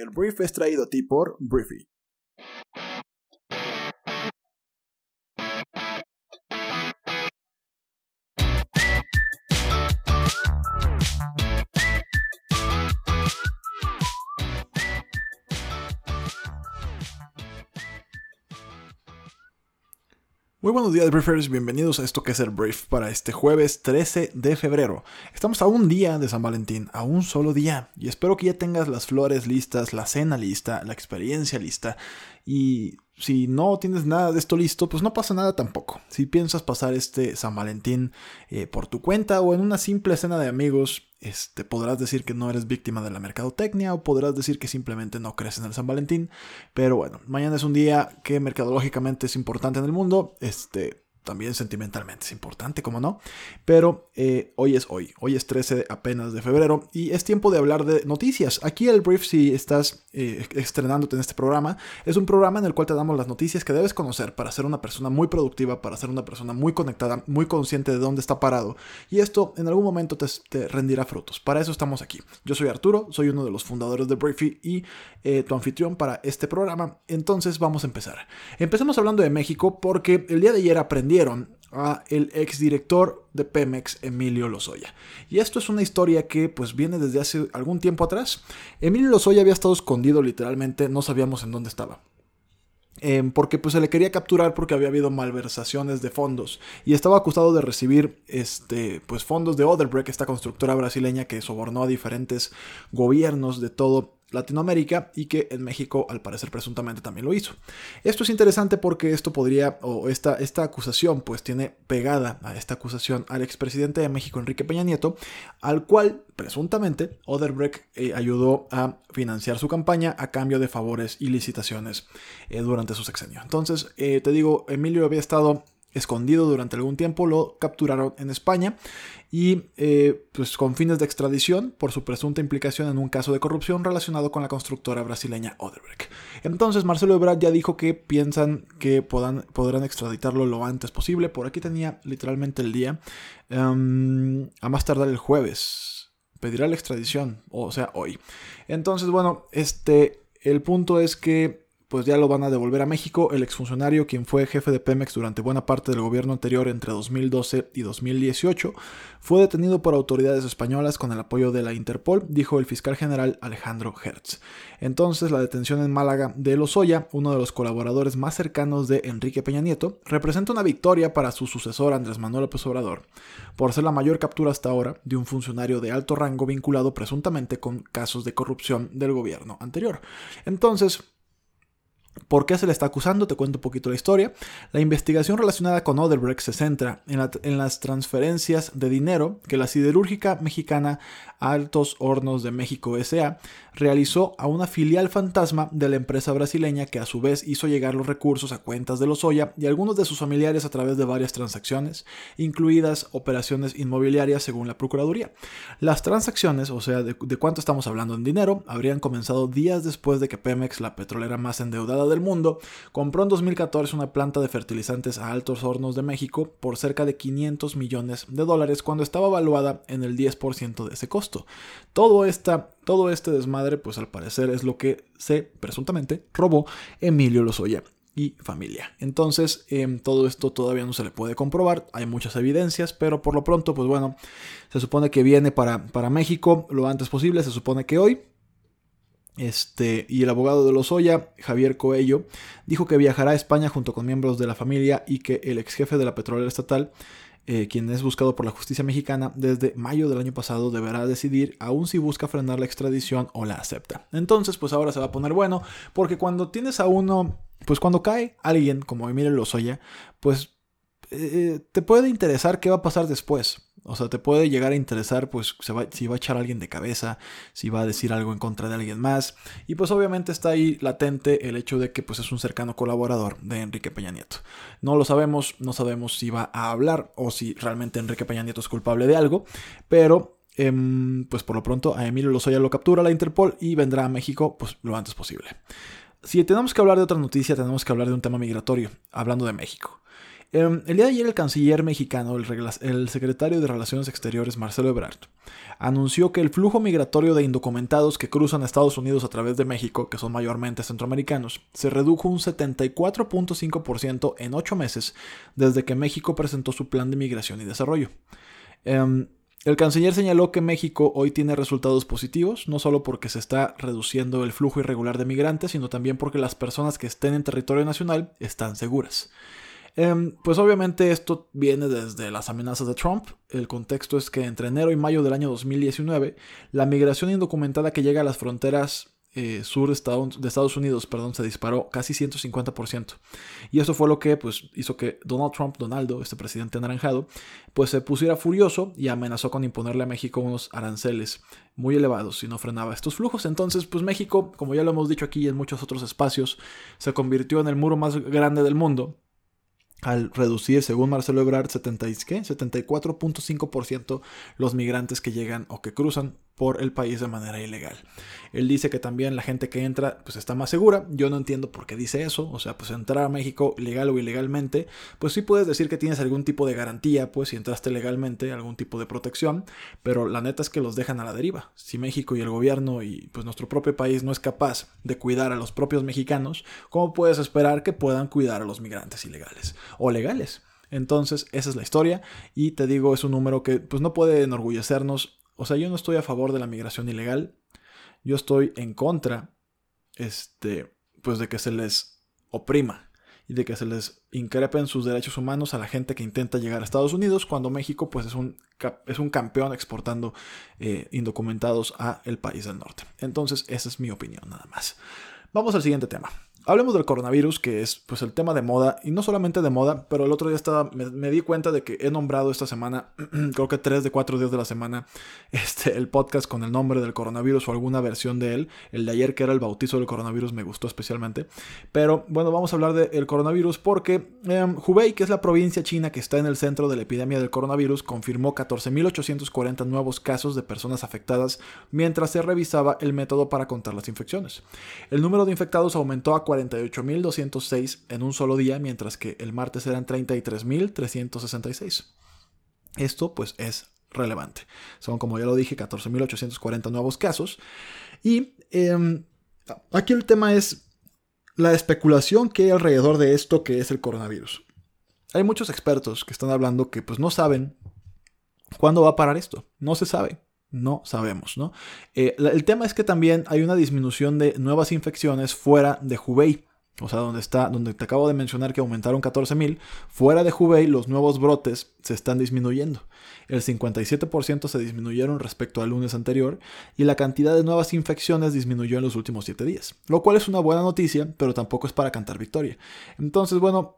El brief es traído a ti por Briefy. Muy buenos días, Briefers, bienvenidos a esto que es el Brief para este jueves 13 de febrero. Estamos a un día de San Valentín, a un solo día, y espero que ya tengas las flores listas, la cena lista, la experiencia lista, y si no tienes nada de esto listo, pues no pasa nada tampoco. Si piensas pasar este San Valentín por tu cuenta o en una simple cena de amigos, podrás decir que no eres víctima de la mercadotecnia o podrás decir que simplemente no crees en el San Valentín. Pero bueno, mañana es un día que mercadológicamente es importante en el mundo, también sentimentalmente es importante, como no. Pero hoy es 13 apenas de febrero y es tiempo de hablar de noticias. Aquí el Brief, si estás estrenándote en este programa, es un programa en el cual te damos las noticias que debes conocer para ser una persona muy productiva, para ser una persona muy conectada, muy consciente de dónde está parado. Y esto en algún momento te rendirá frutos. Para eso estamos aquí. Yo soy Arturo, soy uno de los fundadores de Briefy y tu anfitrión para este programa. Entonces vamos a empezar. Empecemos hablando de México porque el día de ayer aprendieron a el exdirector de Pemex, Emilio Lozoya. Y esto es una historia que pues viene desde hace algún tiempo atrás. Emilio Lozoya había estado escondido literalmente, no sabíamos en dónde estaba. Porque pues se le quería capturar porque había habido malversaciones de fondos y estaba acusado de recibir pues fondos de Odebrecht, esta constructora brasileña que sobornó a diferentes gobiernos de todo Latinoamérica y que en México al parecer presuntamente también lo hizo. Esto es interesante porque esto podría, o esta acusación pues tiene pegada a esta acusación al expresidente de México, Enrique Peña Nieto, al cual presuntamente Odebrecht ayudó a financiar su campaña a cambio de favores y licitaciones durante su sexenio. Entonces, te digo, Emilio había estado escondido durante algún tiempo, lo capturaron en España y pues con fines de extradición por su presunta implicación en un caso de corrupción relacionado con la constructora brasileña Odebrecht. Entonces Marcelo Ebrard ya dijo que piensan que podrán extraditarlo lo antes posible. Por aquí tenía literalmente el día, a más tardar el jueves pedirá la extradición, o sea hoy. Entonces bueno, el punto es que pues ya lo van a devolver a México. El exfuncionario, quien fue jefe de Pemex durante buena parte del gobierno anterior entre 2012 y 2018, fue detenido por autoridades españolas con el apoyo de la Interpol, dijo el fiscal general Alejandro Hertz. Entonces, la detención en Málaga de Lozoya, uno de los colaboradores más cercanos de Enrique Peña Nieto, representa una victoria para su sucesor Andrés Manuel López Obrador, por ser la mayor captura hasta ahora de un funcionario de alto rango vinculado presuntamente con casos de corrupción del gobierno anterior. Entonces, ¿por qué se le está acusando? Te cuento un poquito la historia. La investigación relacionada con Odebrecht se centra en las transferencias de dinero que la siderúrgica mexicana Altos Hornos de México S.A. realizó a una filial fantasma de la empresa brasileña que a su vez hizo llegar los recursos a cuentas de Lozoya y algunos de sus familiares a través de varias transacciones, incluidas operaciones inmobiliarias según la Procuraduría. Las transacciones, o sea, de cuánto estamos hablando en dinero, habrían comenzado días después de que Pemex, la petrolera más endeudada del mundo, compró en 2014 una planta de fertilizantes a Altos Hornos de México por cerca de $500 millones cuando estaba valuada en el 10% de ese costo. Todo este desmadre, pues al parecer es lo que se presuntamente robó Emilio Lozoya y familia. Entonces, todo esto todavía no se le puede comprobar, hay muchas evidencias, pero por lo pronto, pues bueno, se supone que viene para México lo antes posible, se supone que hoy. Y el abogado de Lozoya, Javier Coello, dijo que viajará a España junto con miembros de la familia y que el ex jefe de la petrolera estatal, quien es buscado por la justicia mexicana desde mayo del año pasado, deberá decidir aún si busca frenar la extradición o la acepta. Entonces, pues ahora se va a poner bueno, porque cuando tienes a uno, pues cuando cae alguien como Emilio Lozoya, pues te puede interesar qué va a pasar después. O sea, te puede llegar a interesar pues si va a echar a alguien de cabeza, si va a decir algo en contra de alguien más. Y pues obviamente está ahí latente el hecho de que pues es un cercano colaborador de Enrique Peña Nieto. No lo sabemos, no sabemos si va a hablar o si realmente Enrique Peña Nieto es culpable de algo, pero pues por lo pronto a Emilio Lozoya lo captura la Interpol y vendrá a México pues lo antes posible. Si tenemos que hablar de otra noticia, tenemos que hablar de un tema migratorio, hablando de México. El día de ayer el canciller mexicano, el secretario de Relaciones Exteriores, Marcelo Ebrard, anunció que el flujo migratorio de indocumentados que cruzan a Estados Unidos a través de México, que son mayormente centroamericanos, se redujo un 74.5% en 8 meses desde que México presentó su plan de migración y desarrollo. El canciller señaló que México hoy tiene resultados positivos, no solo porque se está reduciendo el flujo irregular de migrantes, sino también porque las personas que estén en territorio nacional están seguras. Pues obviamente esto viene desde las amenazas de Trump. El contexto es que entre enero y mayo del año 2019, la migración indocumentada que llega a las fronteras sur de Estados Unidos, se disparó casi 150%. Y eso fue lo que pues, hizo que Donaldo, este presidente anaranjado, pues se pusiera furioso y amenazó con imponerle a México unos aranceles muy elevados si no frenaba estos flujos. Entonces, pues México, como ya lo hemos dicho aquí y en muchos otros espacios, se convirtió en el muro más grande del mundo al reducir, según Marcelo Ebrard, 74.5% los migrantes que llegan o que cruzan por el país de manera ilegal. Él dice que también la gente que entra pues está más segura. Yo no entiendo por qué dice eso. O sea, pues entrar a México legal o ilegalmente, pues sí puedes decir que tienes algún tipo de garantía, pues si entraste legalmente, algún tipo de protección, pero la neta es que los dejan a la deriva. Si México y el gobierno y pues nuestro propio país no es capaz de cuidar a los propios mexicanos, ¿cómo puedes esperar que puedan cuidar a los migrantes ilegales o legales? Entonces, esa es la historia y te digo, es un número que pues no puede enorgullecernos. O sea, yo no estoy a favor de la migración ilegal. Yo estoy en contra, pues de que se les oprima y de que se les increpen sus derechos humanos a la gente que intenta llegar a Estados Unidos, cuando México pues es un campeón exportando indocumentados a el país del norte. Entonces, esa es mi opinión, nada más. Vamos al siguiente tema. Hablemos del coronavirus, que es pues el tema de moda, y no solamente de moda, pero el otro día me di cuenta de que he nombrado esta semana, creo que 3 de 4 días de la semana, el podcast con el nombre del coronavirus o alguna versión de él. El de ayer, que era el bautizo del coronavirus, me gustó especialmente. Pero bueno, vamos a hablar del coronavirus porque Hubei, que es la provincia china que está en el centro de la epidemia del coronavirus, confirmó 14.840 nuevos casos de personas afectadas mientras se revisaba el método para contar las infecciones. El número de infectados aumentó a 48.206 en un solo día, mientras que el martes eran 33.366. Esto pues es relevante. Son, como ya lo dije, 14.840 nuevos casos. Y aquí el tema es la especulación que hay alrededor de esto que es el coronavirus. Hay muchos expertos que están hablando que pues no saben cuándo va a parar esto. No se sabe. No sabemos, ¿no? El tema es que también hay una disminución de nuevas infecciones fuera de Hubei. O sea, donde te acabo de mencionar que aumentaron 14.000, fuera de Hubei los nuevos brotes se están disminuyendo. El 57% se disminuyeron respecto al lunes anterior y la cantidad de nuevas infecciones disminuyó en los últimos 7 días. Lo cual es una buena noticia, pero tampoco es para cantar victoria. Entonces, bueno,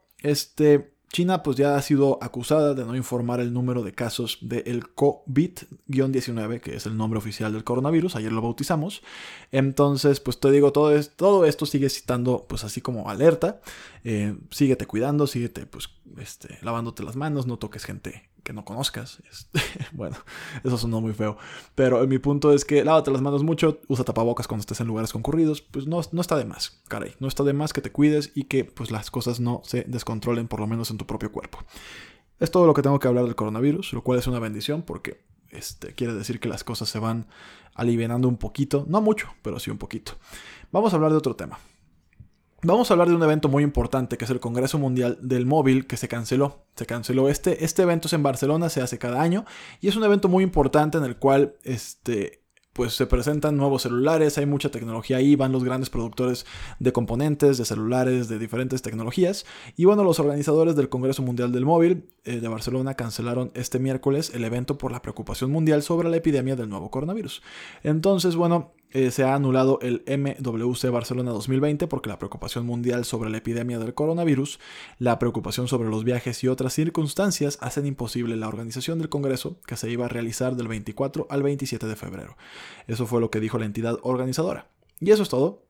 China pues ya ha sido acusada de no informar el número de casos del COVID-19, que es el nombre oficial del coronavirus. Ayer lo bautizamos. Entonces, pues te digo, todo esto sigue citando pues así como alerta. Síguete cuidando, síguete pues lavándote las manos, no toques gente que no conozcas. Bueno, eso sonó muy feo. Pero mi punto es que lávate las manos mucho, usa tapabocas cuando estés en lugares concurridos. Pues no está de más, caray. No está de más que te cuides y que pues las cosas no se descontrolen, por lo menos en tu propio cuerpo. Es todo lo que tengo que hablar del coronavirus, lo cual es una bendición porque quiere decir que las cosas se van alivianando un poquito. No mucho, pero sí un poquito. Vamos a hablar de otro tema. Vamos a hablar de un evento muy importante que es el Congreso Mundial del Móvil, que se canceló. Este evento es en Barcelona, se hace cada año y es un evento muy importante en el cual pues se presentan nuevos celulares, hay mucha tecnología ahí, van los grandes productores de componentes, de celulares, de diferentes tecnologías. Y bueno, los organizadores del Congreso Mundial del Móvil de Barcelona cancelaron este miércoles el evento por la preocupación mundial sobre la epidemia del nuevo coronavirus. Entonces, bueno, se ha anulado el MWC Barcelona 2020 porque la preocupación mundial sobre la epidemia del coronavirus, la preocupación sobre los viajes y otras circunstancias hacen imposible la organización del Congreso, que se iba a realizar del 24 al 27 de febrero. Eso fue lo que dijo la entidad organizadora. Y eso es todo.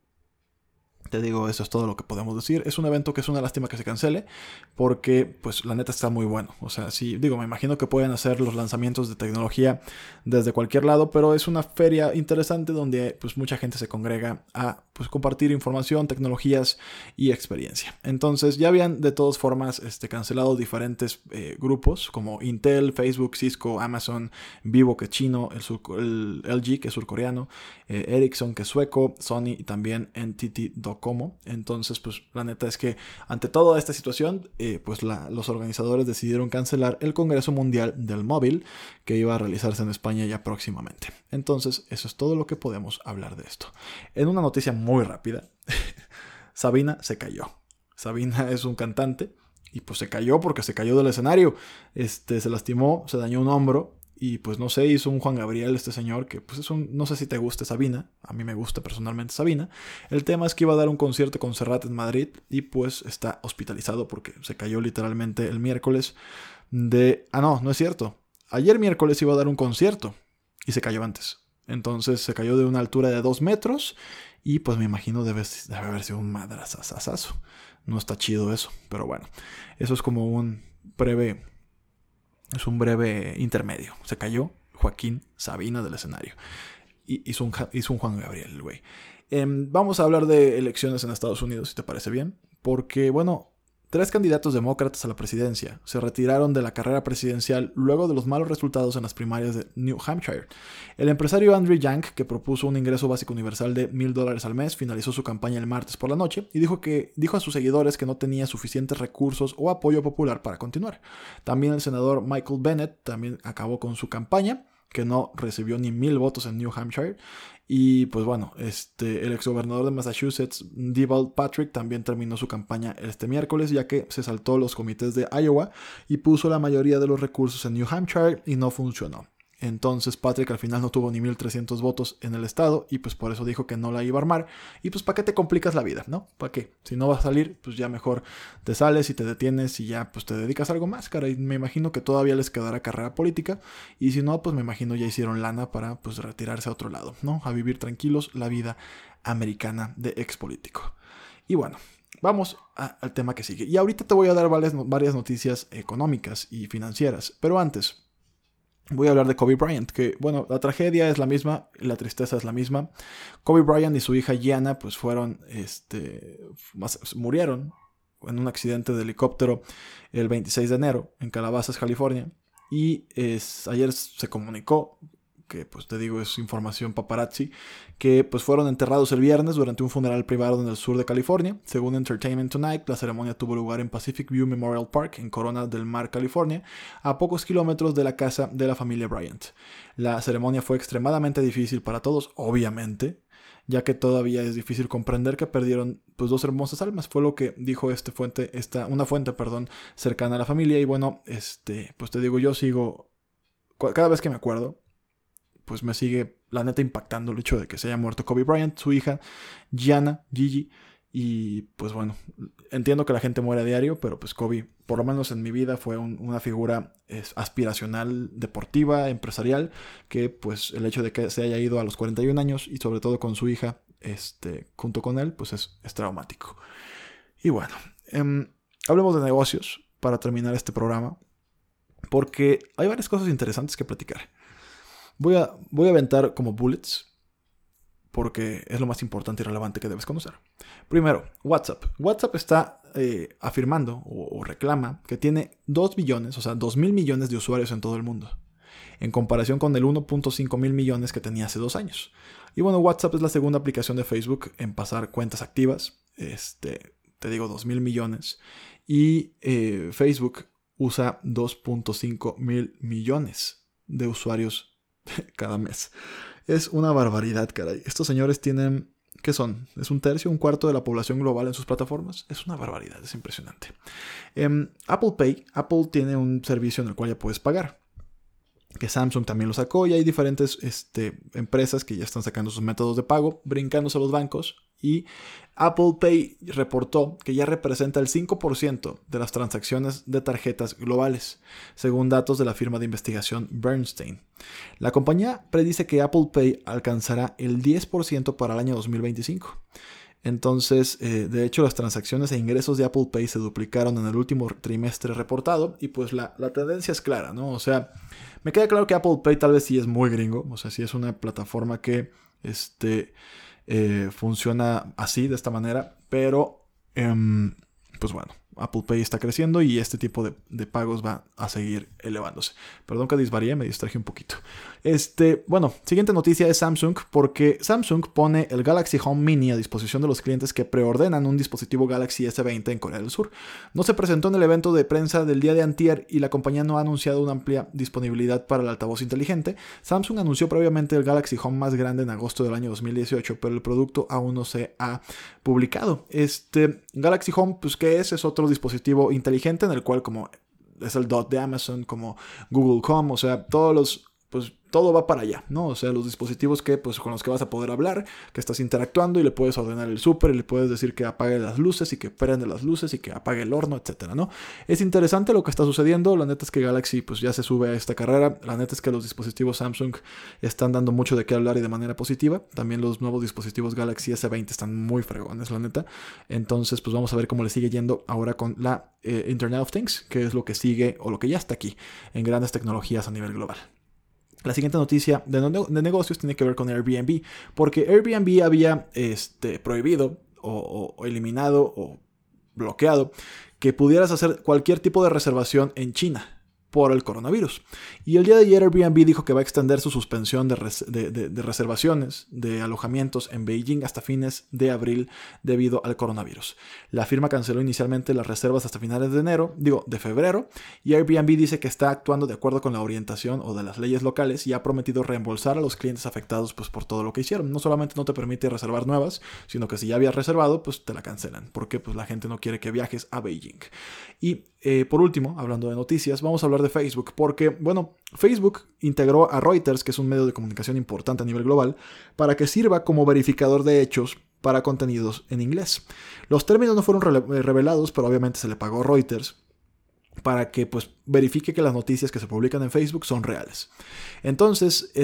Te digo, eso es todo lo que podemos decir. Es un evento que es una lástima que se cancele porque, pues, la neta está muy bueno. O sea, sí, digo, me imagino que pueden hacer los lanzamientos de tecnología desde cualquier lado, pero es una feria interesante donde, pues, mucha gente se congrega a pues compartir información, tecnologías y experiencia. Entonces ya habían de todas formas cancelado diferentes grupos como Intel, Facebook, Cisco, Amazon, Vivo, que es chino, el LG, que es surcoreano, Ericsson, que es sueco, Sony y también NTT Docomo. Entonces pues la neta es que ante toda esta situación los organizadores decidieron cancelar el Congreso Mundial del Móvil que iba a realizarse en España ya próximamente. Entonces eso es todo lo que podemos hablar de esto. En una noticia muy rápida, Sabina se cayó. Sabina es un cantante y pues se cayó porque se cayó del escenario. Se lastimó, se dañó un hombro y pues no sé, hizo un Juan Gabriel este señor que pues no sé si te guste Sabina, a mí me gusta personalmente Sabina. El tema es que iba a dar un concierto con Serrat en Madrid y pues está hospitalizado porque se cayó literalmente el miércoles no es cierto. Ayer miércoles iba a dar un concierto y se cayó antes. Entonces se cayó de una altura de 2 metros y pues me imagino debe haber sido un madrazazazazo. No está chido eso, pero bueno, eso es como un breve intermedio. Se cayó Joaquín Sabina del escenario y hizo un Juan Gabriel, el güey. Vamos a hablar de elecciones en Estados Unidos, si te parece bien, porque bueno, 3 candidatos demócratas a la presidencia se retiraron de la carrera presidencial luego de los malos resultados en las primarias de New Hampshire. El empresario Andrew Yang, que propuso un ingreso básico universal de $1,000 al mes, finalizó su campaña el martes por la noche y dijo a sus seguidores que no tenía suficientes recursos o apoyo popular para continuar. También el senador Michael Bennet también acabó con su campaña, que no recibió ni 1,000 votos en New Hampshire. Y pues bueno, el exgobernador de Massachusetts, Deval Patrick, también terminó su campaña este miércoles, ya que se saltó los comités de Iowa y puso la mayoría de los recursos en New Hampshire y no funcionó. Entonces Patrick al final no tuvo ni 1,300 votos en el estado y pues por eso dijo que no la iba a armar. Y pues ¿para qué te complicas la vida, no? ¿Para qué? Si no vas a salir, pues ya mejor te sales y te detienes y ya pues te dedicas a algo más, cara. Y me imagino que todavía les quedará carrera política. Y si no, pues me imagino ya hicieron lana para pues retirarse a otro lado, ¿no? A vivir tranquilos la vida americana de expolítico. Y bueno, vamos al tema que sigue. Y ahorita te voy a dar varias noticias económicas y financieras. Pero antes voy a hablar de Kobe Bryant, que bueno, la tragedia es la misma, la tristeza es la misma. Kobe Bryant y su hija Gianna pues murieron en un accidente de helicóptero el 26 de enero en Calabasas, California. Y ayer se comunicó, que pues te digo es información paparazzi, que pues fueron enterrados el viernes durante un funeral privado en el sur de California. Según Entertainment Tonight, la ceremonia tuvo lugar en Pacific View Memorial Park en Corona del Mar, California, a pocos kilómetros de la casa de la familia Bryant. La ceremonia fue extremadamente difícil para todos, obviamente, ya que todavía es difícil comprender que perdieron pues 2 hermosas almas. Fue lo que dijo una fuente cercana a la familia. Y bueno, pues te digo, yo sigo, cada vez que me acuerdo, pues me sigue la neta impactando el hecho de que se haya muerto Kobe Bryant, su hija Gianna, Gigi. Y pues bueno, entiendo que la gente muere a diario, pero pues Kobe, por lo menos en mi vida, fue una figura aspiracional, deportiva, empresarial, que pues el hecho de que se haya ido a los 41 años y sobre todo con su hija junto con él, pues es traumático. Y bueno, hablemos de negocios para terminar este programa, porque hay varias cosas interesantes que platicar. Voy a aventar como bullets, porque es lo más importante y relevante que debes conocer. Primero, WhatsApp. WhatsApp está afirmando o reclama que tiene 2 billones, o sea, 2,000 millones de usuarios en todo el mundo, en comparación con el 1.5 mil millones que tenía hace 2 años. Y bueno, WhatsApp es la segunda aplicación de Facebook en pasar cuentas activas. Te digo, 2,000 millones. Y Facebook usa 2.5 mil millones de usuarios cada mes. Es una barbaridad, caray. Estos señores tienen, ¿qué son? ¿Es un tercio, un cuarto de la población global en sus plataformas? Es una barbaridad, es impresionante. Apple Pay. Apple tiene un servicio en el cual ya puedes pagar, que Samsung también lo sacó, y hay diferentes empresas que ya están sacando sus métodos de pago, brincándose a los bancos. Y Apple Pay reportó que ya representa el 5% de las transacciones de tarjetas globales, según datos de la firma de investigación Bernstein. La compañía predice que Apple Pay alcanzará el 10% para el año 2025. Entonces, de hecho, las transacciones e ingresos de Apple Pay se duplicaron en el último trimestre reportado, y pues la tendencia es clara, ¿no? O sea, me queda claro que Apple Pay tal vez sí es muy gringo, o sea, sí es una plataforma que funciona así, de esta manera, pero pues bueno, Apple Pay está creciendo y este tipo de pagos va a seguir elevándose. Perdón que disvarié, me distraje un poquito. Bueno, siguiente noticia es Samsung, porque Samsung pone el Galaxy Home Mini a disposición de los clientes que preordenan un dispositivo Galaxy S20 en Corea del Sur. No se presentó en el evento de prensa del día de antier y la compañía no ha anunciado una amplia disponibilidad para el altavoz inteligente. Samsung anunció previamente el Galaxy Home más grande en agosto del año 2018, pero el producto aún no se ha publicado. Galaxy Home, pues ¿qué es? Es otro dispositivo inteligente en el cual, como es el Dot de Amazon, como Google Home, o sea, todo va para allá, ¿no? O sea, los dispositivos con los que vas a poder hablar, que estás interactuando y le puedes ordenar el súper y le puedes decir que apague las luces y que prende las luces y que apague el horno, etcétera, ¿no? Es interesante lo que está sucediendo. La neta es que Galaxy pues ya se sube a esta carrera. La neta es que los dispositivos Samsung están dando mucho de qué hablar y de manera positiva. También los nuevos dispositivos Galaxy S20 están muy fregones, la neta. Entonces, pues vamos a ver cómo le sigue yendo ahora con la Internet of Things, que es lo que sigue o lo que ya está aquí en grandes tecnologías a nivel global. La siguiente noticia de negocios tiene que ver con Airbnb, porque Airbnb había prohibido o eliminado o bloqueado que pudieras hacer cualquier tipo de reservación en China por el coronavirus. Y el día de ayer Airbnb dijo que va a extender su suspensión de reservaciones de alojamientos en Beijing hasta fines de abril debido al coronavirus. La firma canceló inicialmente las reservas hasta finales de febrero, y Airbnb dice que está actuando de acuerdo con la orientación o de las leyes locales y ha prometido reembolsar a los clientes afectados pues por todo lo que hicieron. No solamente no te permite reservar nuevas, sino que si ya habías reservado, pues te la cancelan, porque pues la gente no quiere que viajes a Beijing. Y por último, hablando de noticias, vamos a hablar de Facebook, porque, bueno, Facebook integró a Reuters, que es un medio de comunicación importante a nivel global, para que sirva como verificador de hechos para contenidos en inglés. Los términos no fueron revelados, pero obviamente se le pagó a Reuters para que pues verifique que las noticias que se publican en Facebook son reales. Entonces,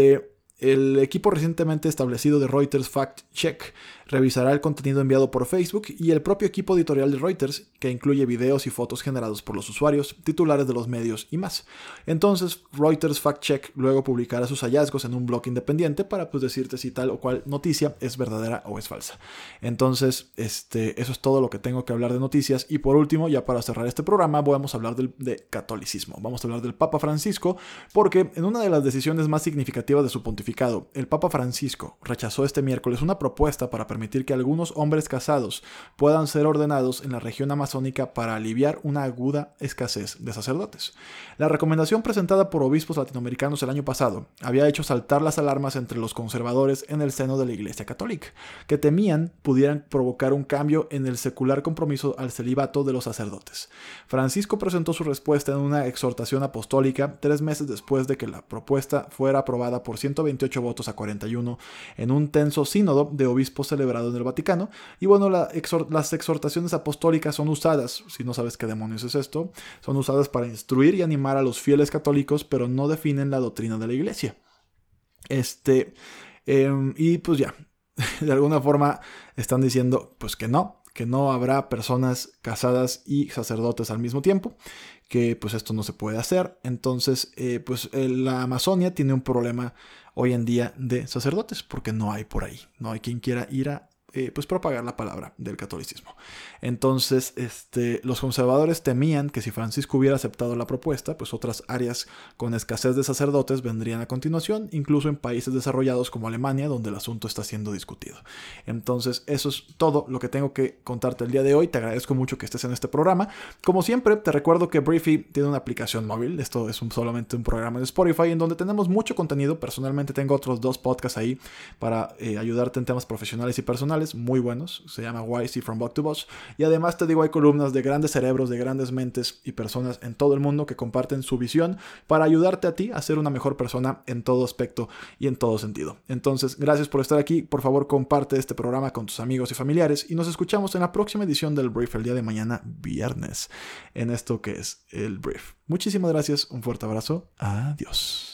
el equipo recientemente establecido de Reuters Fact Check revisará el contenido enviado por Facebook y el propio equipo editorial de Reuters, que incluye videos y fotos generados por los usuarios, titulares de los medios y más. Entonces, Reuters Fact Check luego publicará sus hallazgos en un blog independiente para pues decirte si tal o cual noticia es verdadera o es falsa. Entonces, eso es todo lo que tengo que hablar de noticias. Y por último, ya para cerrar este programa, vamos a hablar de catolicismo. Vamos a hablar del Papa Francisco, porque en una de las decisiones más significativas de su pontificado, el Papa Francisco rechazó este miércoles una propuesta para permitir que algunos hombres casados puedan ser ordenados en la región amazónica para aliviar una aguda escasez de sacerdotes. La recomendación presentada por obispos latinoamericanos el año pasado había hecho saltar las alarmas entre los conservadores en el seno de la Iglesia Católica, que temían pudieran provocar un cambio en el secular compromiso al celibato de los sacerdotes. Francisco presentó su respuesta en una exhortación apostólica 3 meses después de que la propuesta fuera aprobada por 128 votos a 41 en un tenso sínodo de obispos celebrado en el Vaticano. Y bueno, las exhortaciones apostólicas son usadas, si no sabes qué demonios es esto, son usadas para instruir y animar a los fieles católicos, pero no definen la doctrina de la Iglesia. Y pues ya, de alguna forma están diciendo pues que no habrá personas casadas y sacerdotes al mismo tiempo, que pues esto no se puede hacer. Entonces, la Amazonia tiene un problema hoy en día de sacerdotes, porque no hay por ahí, no hay quien quiera ir a propagar la palabra del catolicismo. Entonces, los conservadores temían que si Francisco hubiera aceptado la propuesta, pues otras áreas con escasez de sacerdotes vendrían a continuación, incluso en países desarrollados como Alemania, donde el asunto está siendo discutido. Entonces, eso es todo lo que tengo que contarte el día de hoy. Te agradezco mucho que estés en este programa. Como siempre, te recuerdo que Briefy tiene una aplicación móvil. Esto es solamente un programa de Spotify en donde tenemos mucho contenido. Personalmente tengo otros 2 podcasts ahí para ayudarte en temas profesionales y personales muy buenos. Se llama YC From Book to Boss. Y además te digo, hay columnas de grandes cerebros, de grandes mentes y personas en todo el mundo que comparten su visión para ayudarte a ti a ser una mejor persona en todo aspecto y en todo sentido. Entonces, gracias por estar aquí. Por favor, comparte este programa con tus amigos y familiares y nos escuchamos en la próxima edición del Brief el día de mañana, viernes, en esto que es el Brief. Muchísimas gracias, un fuerte abrazo, adiós.